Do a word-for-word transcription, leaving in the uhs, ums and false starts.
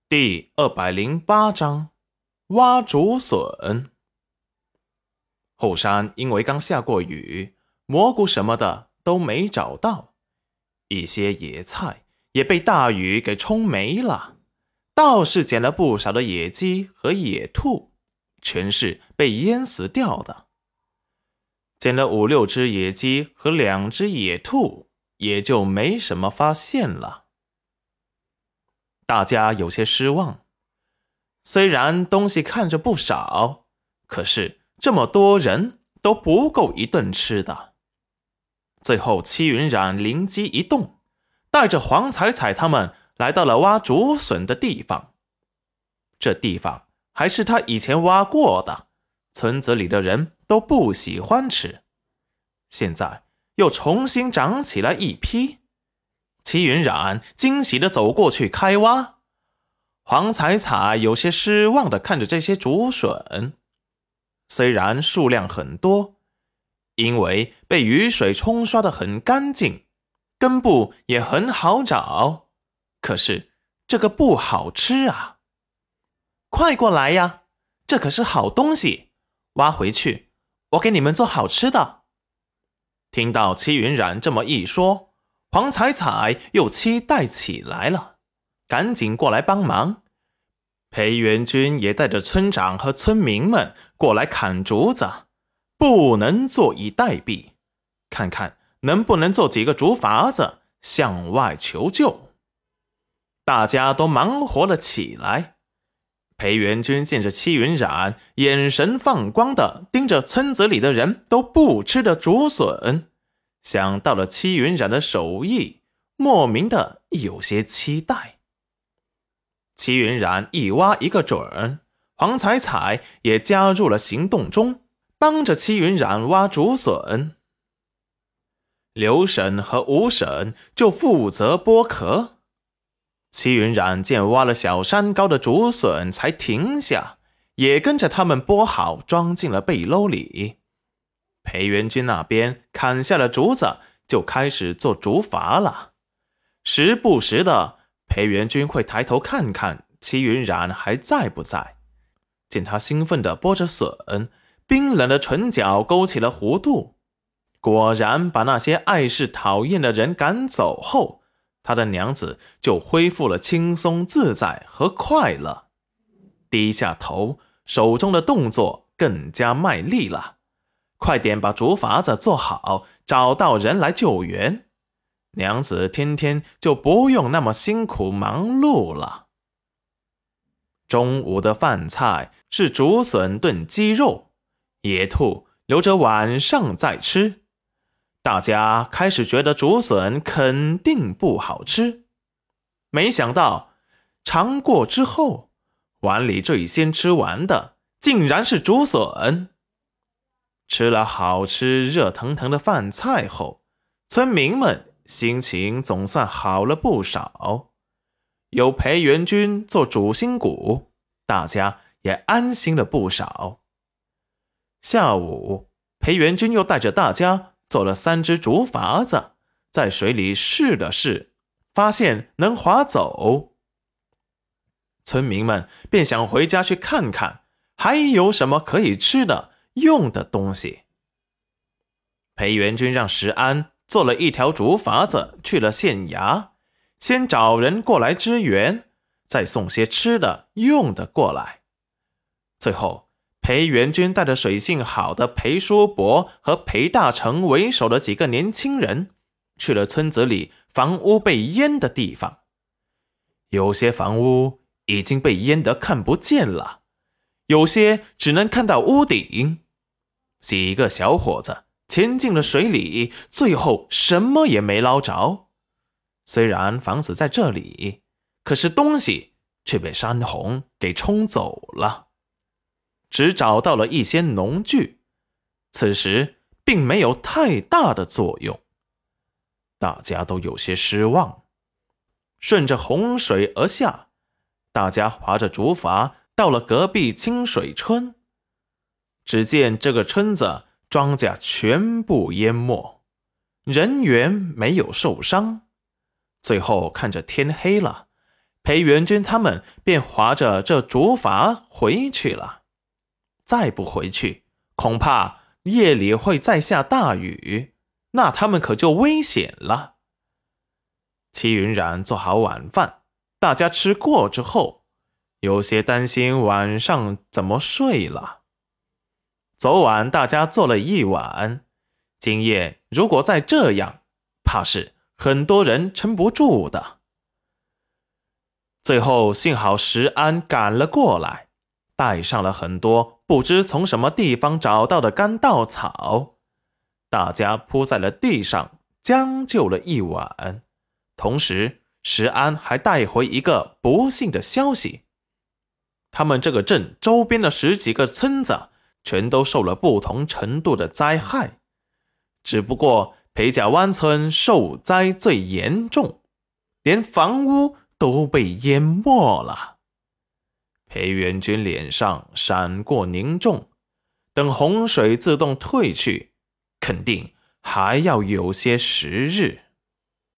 第二百零八章挖竹笋。后山因为刚下过雨，蘑菇什么的都没找到，一些野菜也被大雨给冲没了，倒是捡了不少的野鸡和野兔，全是被淹死掉的。捡了五六只野鸡和两只野兔，也就没什么发现了。大家有些失望，虽然东西看着不少，可是这么多人都不够一顿吃的。最后戚云染灵机一动，带着黄彩彩他们来到了挖竹笋的地方。这地方还是他以前挖过的，村子里的人都不喜欢吃，现在又重新长起来一批。戚云染惊喜地走过去开挖，黄彩彩有些失望地看着这些竹笋，虽然数量很多，因为被雨水冲刷得很干净，根部也很好找，可是这个不好吃啊！快过来呀，这可是好东西，挖回去，我给你们做好吃的。听到戚云染这么一说，黄彩彩又期待起来了，赶紧过来帮忙。裴元军也带着村长和村民们过来砍竹子，不能坐以待毙，看看能不能做几个竹筏子向外求救。大家都忙活了起来。裴元军见着戚云染眼神放光的盯着村子里的人都不吃的竹笋，想到了戚云染的手艺，莫名的有些期待。戚云染一挖一个准，黄彩彩也加入了行动中，帮着戚云染挖竹笋。刘婶和吴婶就负责剥壳。戚云染见挖了小山高的竹笋才停下，也跟着他们剥好，装进了背篓里。裴元军那边砍下了竹子，就开始做竹筏了。时不时的，裴元军会抬头看看戚云染还在不在。见他兴奋地剥着笋，冰冷的唇角勾起了弧度。果然把那些碍事讨厌的人赶走后，他的娘子就恢复了轻松自在和快乐。低下头，手中的动作更加卖力了。快点把竹筏子做好，找到人来救援。娘子天天就不用那么辛苦忙碌了。中午的饭菜是竹笋炖鸡肉，野兔留着晚上再吃。大家开始觉得竹笋肯定不好吃，没想到尝过之后，碗里最先吃完的竟然是竹笋。吃了好吃热腾腾的饭菜后，村民们心情总算好了不少。有裴元军做主心骨，大家也安心了不少。下午，裴元军又带着大家做了三只竹筏子，在水里试了试，发现能划走。村民们便想回家去看看，还有什么可以吃的用的东西。裴元军让石安做了一条竹筏子去了县衙，先找人过来支援，再送些吃的用的过来。最后裴元军带着水性好的裴叔伯和裴大成为首的几个年轻人，去了村子里房屋被淹的地方。有些房屋已经被淹得看不见了，有些只能看到屋顶。几个小伙子潜进了水里，最后什么也没捞着。虽然房子在这里，可是东西却被山洪给冲走了。只找到了一些农具，此时并没有太大的作用。大家都有些失望。顺着洪水而下，大家划着竹筏到了隔壁清水村。只见这个村子庄稼全部淹没，人员没有受伤。最后看着天黑了， 裴元军他们便划着这竹筏回去了。再不回去，恐怕夜里会再下大雨，那他们可就危险了。戚云染做好晚饭，大家吃过之后，有些担心晚上怎么睡了。昨晚大家做了一晚，今夜如果再这样，怕是很多人撑不住的。最后幸好石安赶了过来，带上了很多不知从什么地方找到的干稻草，大家铺在了地上，将就了一晚。同时石安还带回一个不幸的消息，他们这个镇周边的十几个村子全都受了不同程度的灾害，只不过裴家湾村受灾最严重，连房屋都被淹没了。裴元军脸上闪过凝重，等洪水自动退去，肯定还要有些时日。